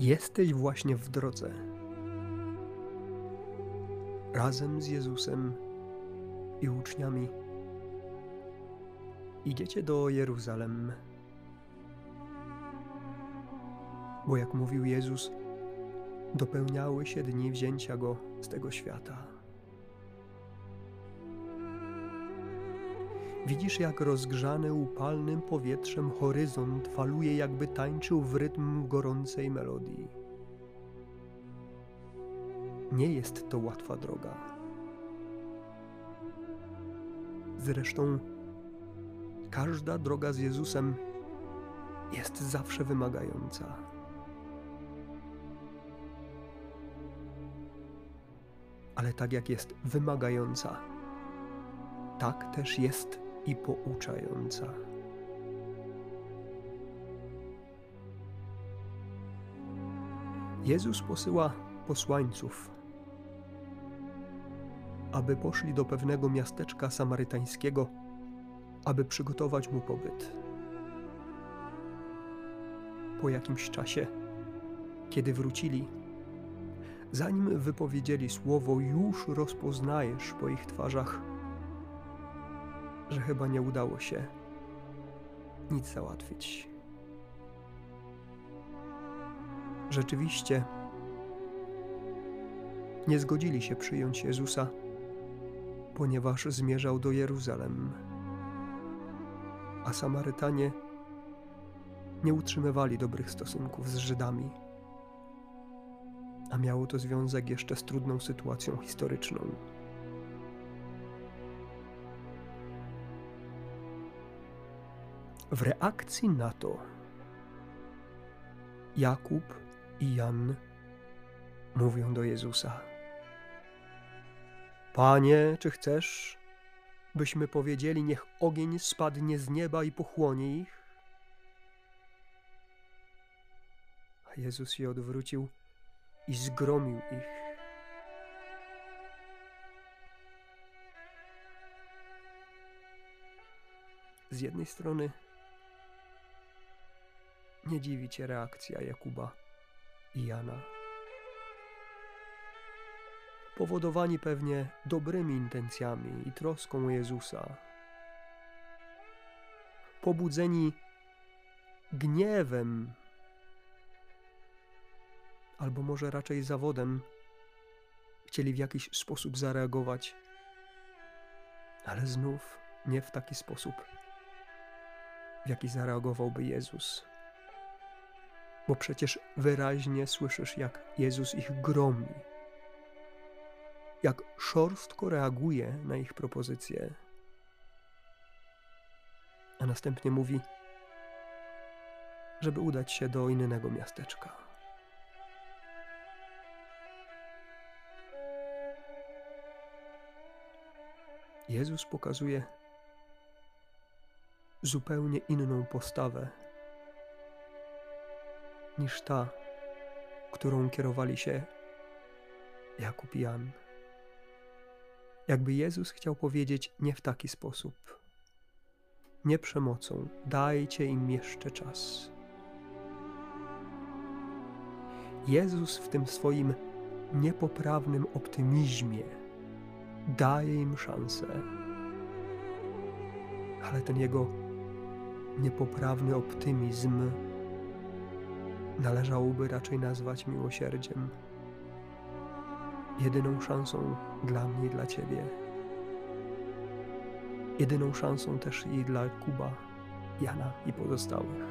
Jesteś właśnie w drodze. Razem z Jezusem i uczniami idziecie do Jeruzalem. Bo jak mówił Jezus, dopełniały się dni wzięcia Go z tego świata. Widzisz, jak rozgrzany upalnym powietrzem horyzont faluje, jakby tańczył w rytm gorącej melodii. Nie jest to łatwa droga. Zresztą każda droga z Jezusem jest zawsze wymagająca. Ale tak jak jest wymagająca, tak też jest i pouczająca. Jezus posyła posłańców, aby poszli do pewnego miasteczka samarytańskiego, aby przygotować mu pobyt. Po jakimś czasie, kiedy wrócili, zanim wypowiedzieli słowo, już rozpoznajesz po ich twarzach, że chyba nie udało się nic załatwić. Rzeczywiście nie zgodzili się przyjąć Jezusa, ponieważ zmierzał do Jeruzalem, a Samarytanie nie utrzymywali dobrych stosunków z Żydami, a miało to związek jeszcze z trudną sytuacją historyczną. W reakcji na to Jakub i Jan mówią do Jezusa: Panie, czy chcesz, byśmy powiedzieli, niech ogień spadnie z nieba i pochłonie ich? A Jezus się odwrócił i zgromił ich. Z jednej strony nie dziwi cię reakcja Jakuba i Jana. Powodowani pewnie dobrymi intencjami i troską o Jezusa. Pobudzeni gniewem, albo może raczej zawodem, chcieli w jakiś sposób zareagować, ale znów nie w taki sposób, w jaki zareagowałby Jezus. Bo przecież wyraźnie słyszysz, jak Jezus ich gromi, jak szorstko reaguje na ich propozycje, a następnie mówi, żeby udać się do innego miasteczka. Jezus pokazuje zupełnie inną postawę niż ta, którą kierowali się Jakub i Jan. Jakby Jezus chciał powiedzieć nie w taki sposób, nie przemocą, dajcie im jeszcze czas. Jezus w tym swoim niepoprawnym optymizmie daje im szansę, ale ten jego niepoprawny optymizm należałoby raczej nazwać miłosierdziem. Jedyną szansą dla mnie i dla Ciebie. Jedyną szansą też i dla Kuba, Jana i pozostałych.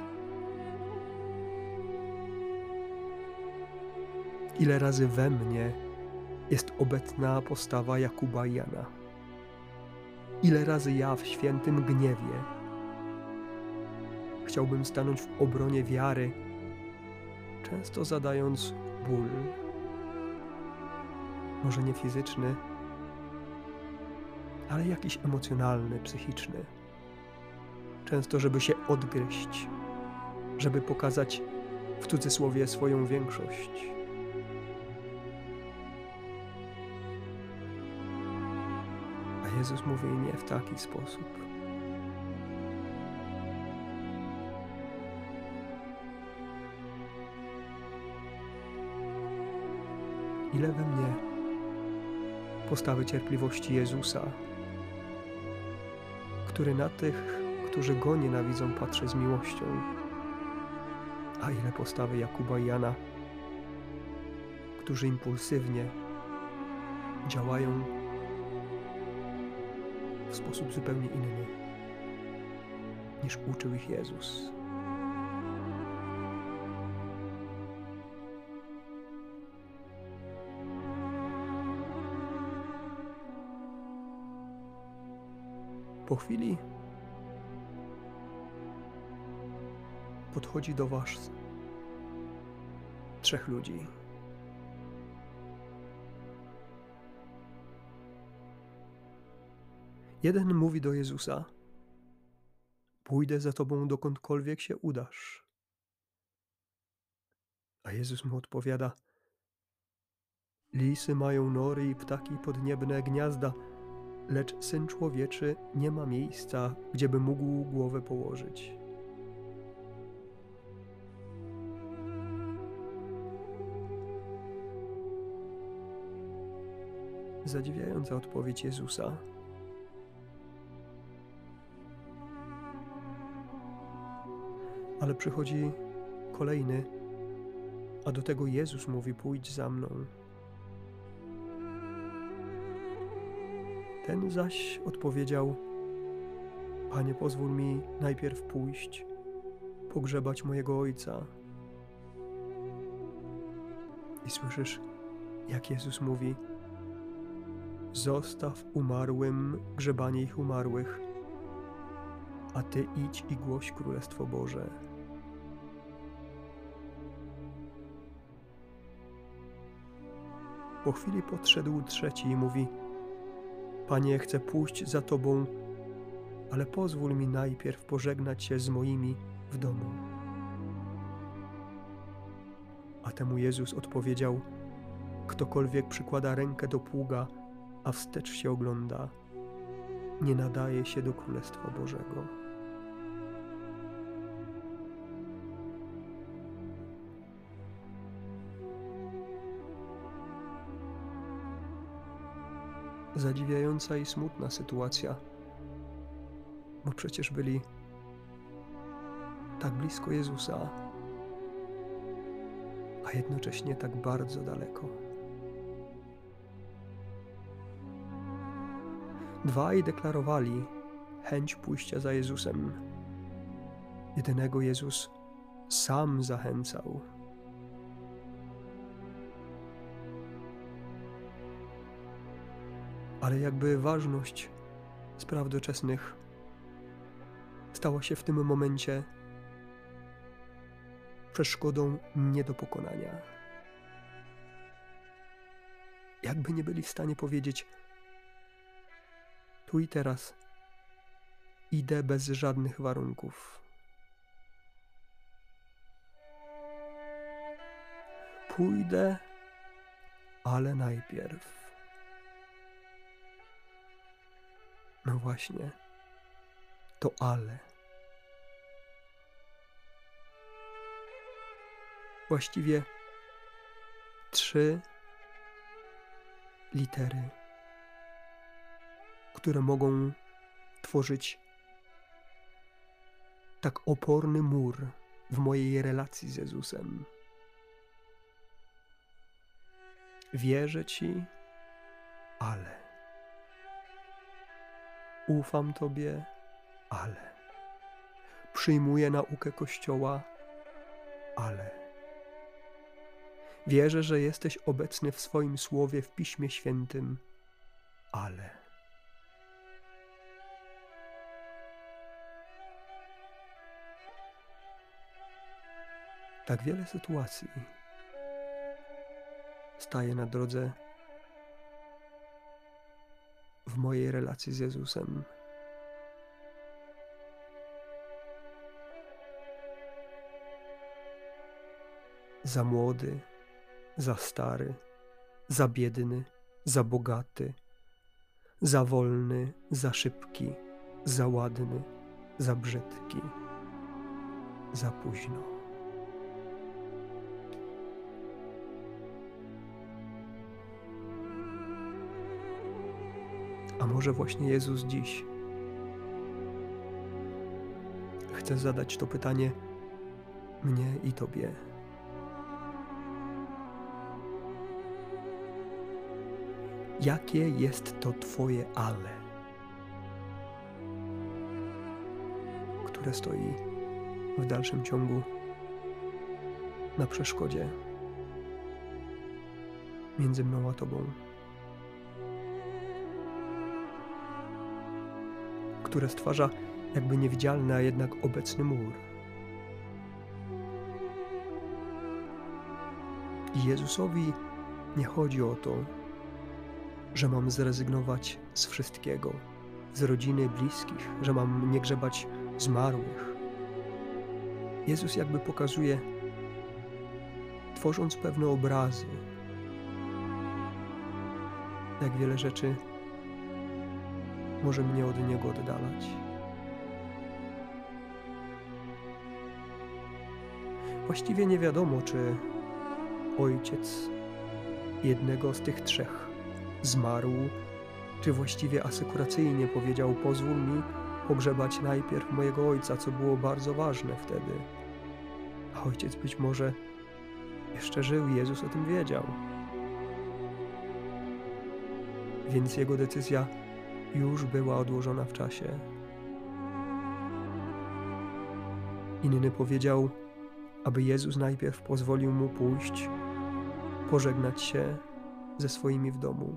Ile razy we mnie jest obecna postawa Jakuba i Jana. Ile razy ja w świętym gniewie chciałbym stanąć w obronie wiary, często zadając ból, może nie fizyczny, ale jakiś emocjonalny, psychiczny. Często, żeby się odgryźć, żeby pokazać w cudzysłowie swoją większość. A Jezus mówi nie w taki sposób. ile we mnie postawy cierpliwości Jezusa, który na tych, którzy Go nienawidzą, patrzy z miłością, a ile postawy Jakuba i Jana, którzy impulsywnie działają w sposób zupełnie inny, niż uczył ich Jezus. Po chwili podchodzi do was 3 ludzi. Jeden mówi do Jezusa: pójdę za Tobą dokądkolwiek się udasz. A Jezus mu odpowiada: lisy mają nory i ptaki podniebne gniazda, lecz Syn Człowieczy nie ma miejsca, gdzie by mógł głowę położyć. Zadziwiająca odpowiedź Jezusa. Ale przychodzi kolejny, a do tego Jezus mówi: pójdź za mną. Ten zaś odpowiedział: Panie, pozwól mi najpierw pójść, pogrzebać mojego ojca. I słyszysz, jak Jezus mówi: zostaw umarłym grzebanie ich umarłych, a Ty idź i głoś Królestwo Boże. Po chwili podszedł trzeci i mówi: Panie, chcę pójść za Tobą, ale pozwól mi najpierw pożegnać się z moimi w domu. A temu Jezus odpowiedział: ktokolwiek przykłada rękę do pługa, a wstecz się ogląda, nie nadaje się do Królestwa Bożego. Zadziwiająca i smutna sytuacja, bo przecież byli tak blisko Jezusa, a jednocześnie tak bardzo daleko. Dwaj deklarowali chęć pójścia za Jezusem. Jedynego Jezus sam zachęcał. Ale jakby ważność spraw doczesnych stała się w tym momencie przeszkodą nie do pokonania. Jakby nie byli w stanie powiedzieć: tu i teraz idę bez żadnych warunków. Pójdę, ale najpierw. No właśnie, to ale. Właściwie 3 litery, które mogą tworzyć tak oporny mur w mojej relacji z Jezusem. Wierzę Ci, ale. Ufam Tobie, ale. Przyjmuję naukę Kościoła, ale. Wierzę, że jesteś obecny w swoim Słowie w Piśmie Świętym, ale. Tak wiele sytuacji staje na drodze w mojej relacji z Jezusem. Za młody, za stary, za biedny, za bogaty, za wolny, za szybki, za ładny, za brzydki, za późno. A może właśnie Jezus dziś chce zadać to pytanie mnie i Tobie. Jakie jest to Twoje ale, które stoi w dalszym ciągu na przeszkodzie między mną a Tobą? Które stwarza jakby niewidzialny, a jednak obecny mur. I Jezusowi nie chodzi o to, że mam zrezygnować z wszystkiego, z rodziny, bliskich, że mam nie grzebać zmarłych. Jezus jakby pokazuje, tworząc pewne obrazy, jak wiele rzeczy może mnie od Niego oddalać. Właściwie nie wiadomo, czy ojciec jednego z tych trzech zmarł, czy właściwie asekuracyjnie powiedział: pozwól mi pogrzebać najpierw mojego ojca, co było bardzo ważne wtedy. A ojciec być może jeszcze żył i Jezus o tym wiedział. Więc jego decyzja już była odłożona w czasie. Inny powiedział, aby Jezus najpierw pozwolił mu pójść, pożegnać się ze swoimi w domu.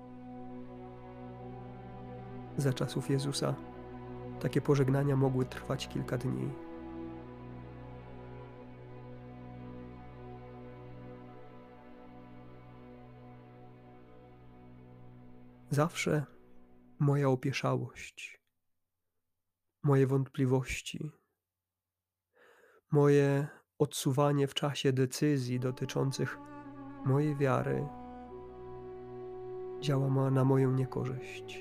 Za czasów Jezusa takie pożegnania mogły trwać kilka dni. Zawsze moja opieszałość, moje wątpliwości, moje odsuwanie w czasie decyzji dotyczących mojej wiary działa na moją niekorzyść.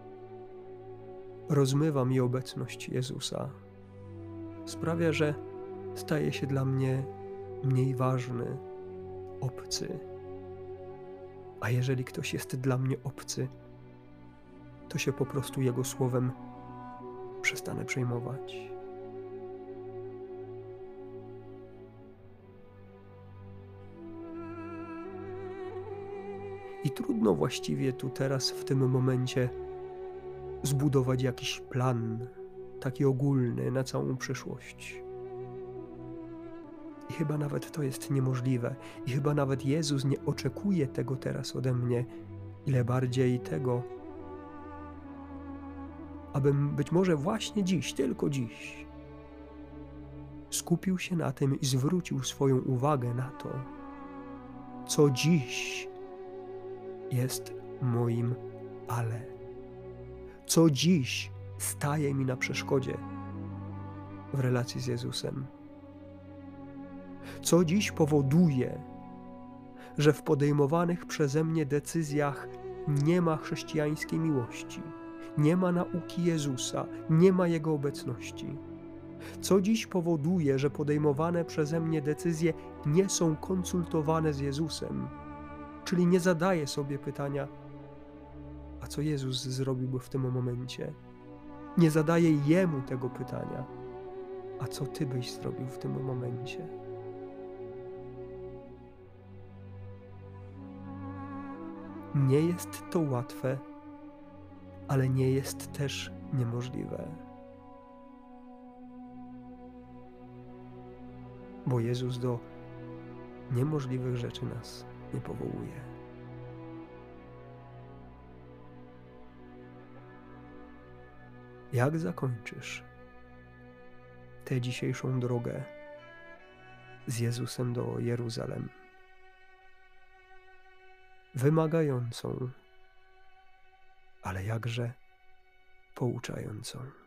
Rozmywa mi obecność Jezusa. Sprawia, że staje się dla mnie mniej ważny, obcy. A jeżeli ktoś jest dla mnie obcy, to się po prostu Jego słowem przestanę przejmować. I trudno właściwie tu teraz, w tym momencie, zbudować jakiś plan, taki ogólny na całą przyszłość. I chyba nawet to jest niemożliwe. I chyba nawet Jezus nie oczekuje tego teraz ode mnie, ile bardziej tego, abym być może właśnie dziś, tylko dziś, skupił się na tym i zwrócił swoją uwagę na to, co dziś jest moim ale. Co dziś staje mi na przeszkodzie w relacji z Jezusem. Co dziś powoduje, że w podejmowanych przeze mnie decyzjach nie ma chrześcijańskiej miłości, nie ma nauki Jezusa, nie ma Jego obecności. Co dziś powoduje, że podejmowane przeze mnie decyzje nie są konsultowane z Jezusem, czyli nie zadaję sobie pytania, a co Jezus zrobiłby w tym momencie? Nie zadaję Jemu tego pytania, a co Ty byś zrobił w tym momencie? Nie jest to łatwe, ale nie jest też niemożliwe. Bo Jezus do niemożliwych rzeczy nas nie powołuje. Jak zakończysz tę dzisiejszą drogę z Jezusem do Jeruzalem? Wymagającą, ale jakże pouczającą.